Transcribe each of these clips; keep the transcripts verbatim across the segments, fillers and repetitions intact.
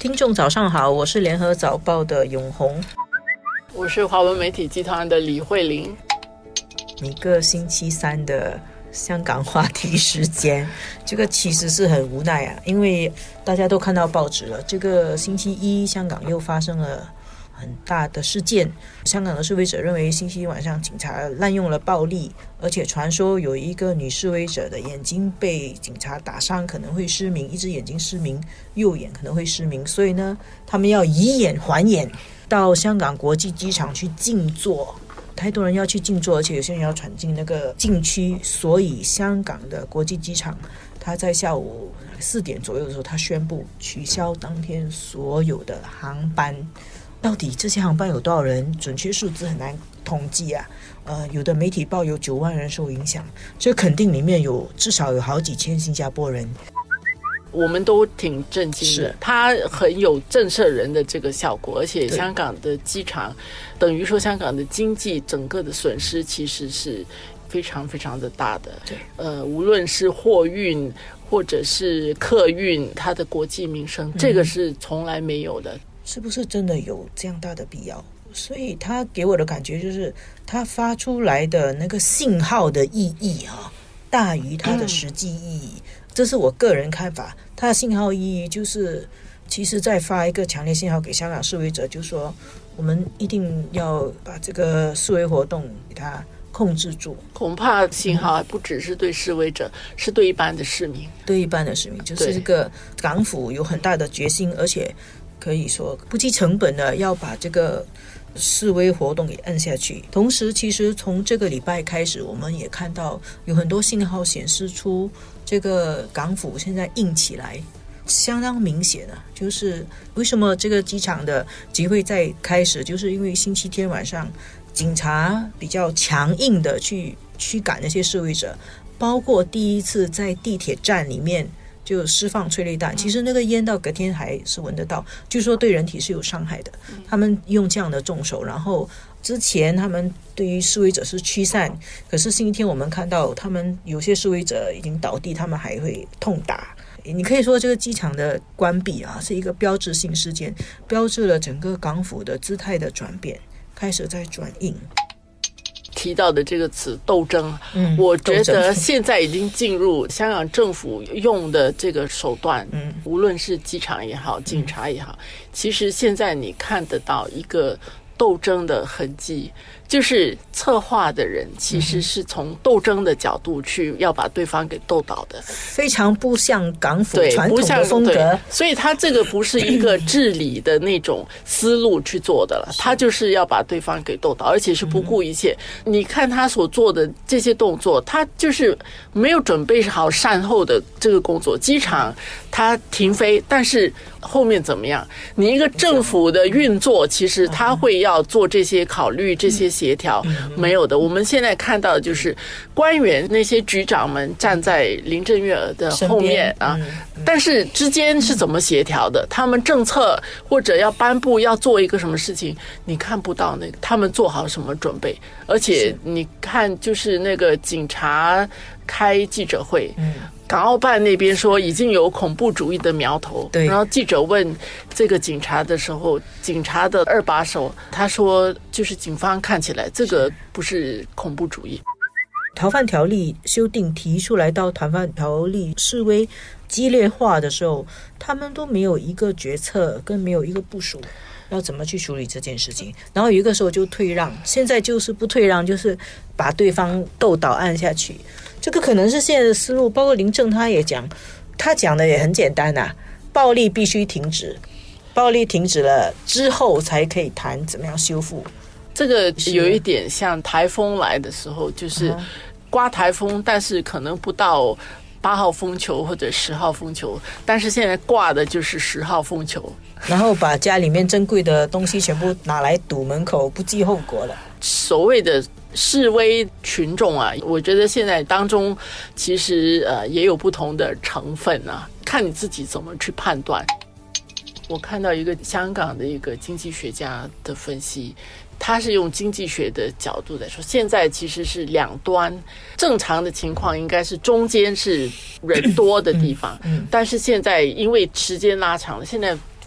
听众早上好，我是联合早报的永红， 我是华文媒体集团的李慧玲。 每个星期三的香港话题时间，这个其实是很无奈啊，因为大家都看到报纸了，这个星期一香港又发生了很大的事件，香港的示威者认为星期一晚上警察滥用了暴力，而且传说有一个女示威者的眼睛被警察打伤，可能会失明，一只眼睛失明，右眼可能会失明，所以呢他们要以眼还眼，到香港国际机场去静坐，太多人要去静坐，而且有些人要闯进那个禁区，所以香港的国际机场他在下午四点左右的时候，他宣布取消当天所有的航班。到底这些航班有多少人？准确数字很难统计啊。呃，有的媒体报有九万人受影响，这肯定里面有至少有好几千新加坡人。 我们都挺震惊的，它很有震慑人的这个效果，而且香港的机场等于说香港的经济整个的损失其实是非常非常的大的。 对， 呃，无论是货运或者是客运，它的国际名声，嗯、这个是从来没有的。 是不是真的有这样大的必要？所以他给我的感觉就是他发出来的那个信号的意义啊，大于它的实际意义、嗯、这是我个人看法。它的信号意义就是其实在发一个强烈信号给香港示威者，就是说我们一定要把这个示威活动给它控制住。 恐怕信号还不只是对示威者、嗯、是对一般的市民， 对一般的市民，就是这个港府有很大的决心，而且可以说不计成本的要把这个示威活动给按下去。同时其实从这个礼拜开始，我们也看到有很多信号显示出这个港府现在硬起来相当明显的，就是为什么这个机场的集会在开始，就是因为星期天晚上警察比较强硬的去驱赶那些示威者，包括第一次在地铁站里面就释放催泪弹，其实那个烟到隔天还是闻得到，据说对人体是有伤害的。他们用这样的重手，然后之前他们对于示威者是驱散，可是星期天我们看到他们有些示威者已经倒地，他们还会痛打。你可以说这个机场的关闭啊，是一个标志性事件，标志了整个港府的姿态的转变，开始在转硬。 提到的这个词斗争、嗯、我觉得现在已经进入香港政府用的这个手段、嗯、无论是机场也好，警察也好、嗯、其实现在你看得到一个斗争的痕迹，就是策划的人其实是从斗争的角度去要把对方给斗倒的， 非常不像港府传统的风格， 所以他这个不是一个治理的那种思路去做的了，他就是要把对方给斗倒，而且是不顾一切、嗯、你看他所做的这些动作，他就是没有准备好善后的这个工作。机场他停飞，但是后面怎么样？你一个政府的运作，其实他会要做这些考虑，这些协调，没有的。我们现在看到的就是官员那些局长们站在林郑月娥的后面啊，但是之间是怎么协调的？他们政策或者要颁布要做一个什么事情，你看不到那个他们做好什么准备。而且你看，就是那个警察开记者会，嗯，港澳办那边说已经有恐怖主义的苗头，对。然后记者问这个警察的时候，警察的二把手他说，就是警方看起来这个不是恐怖主义。 逃犯条例修订提出来到逃犯条例示威激烈化的时候，他们都没有一个决策跟没有一个部署要怎么去处理这件事情，然后有一个时候就退让，现在就是不退让，就是把对方斗倒按下去。这个可能是现在的思路，包括林郑他也讲，他讲的也很简单啊，暴力必须停止，暴力停止了之后才可以谈怎么样修复。 这个有一点像台风来的时候，就是刮台风，但是可能不到八号风球或者十号风球，但是现在挂的就是十号风球， 然后把家里面珍贵的东西全部拿来堵门口，不计后果了。 所谓的示威群众啊，我觉得现在当中其实呃也有不同的成分啊，看你自己怎么去判断。我看到一个香港的一个经济学家的分析，他是用经济学的角度来说，现在其实是两端，正常的情况应该是中间是人多的地方，但是现在因为时间拉长了，现在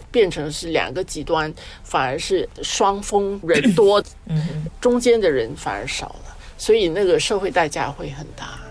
变成是两个极端，反而是双峰人多，中间的人反而少了，所以那个社会代价会很大。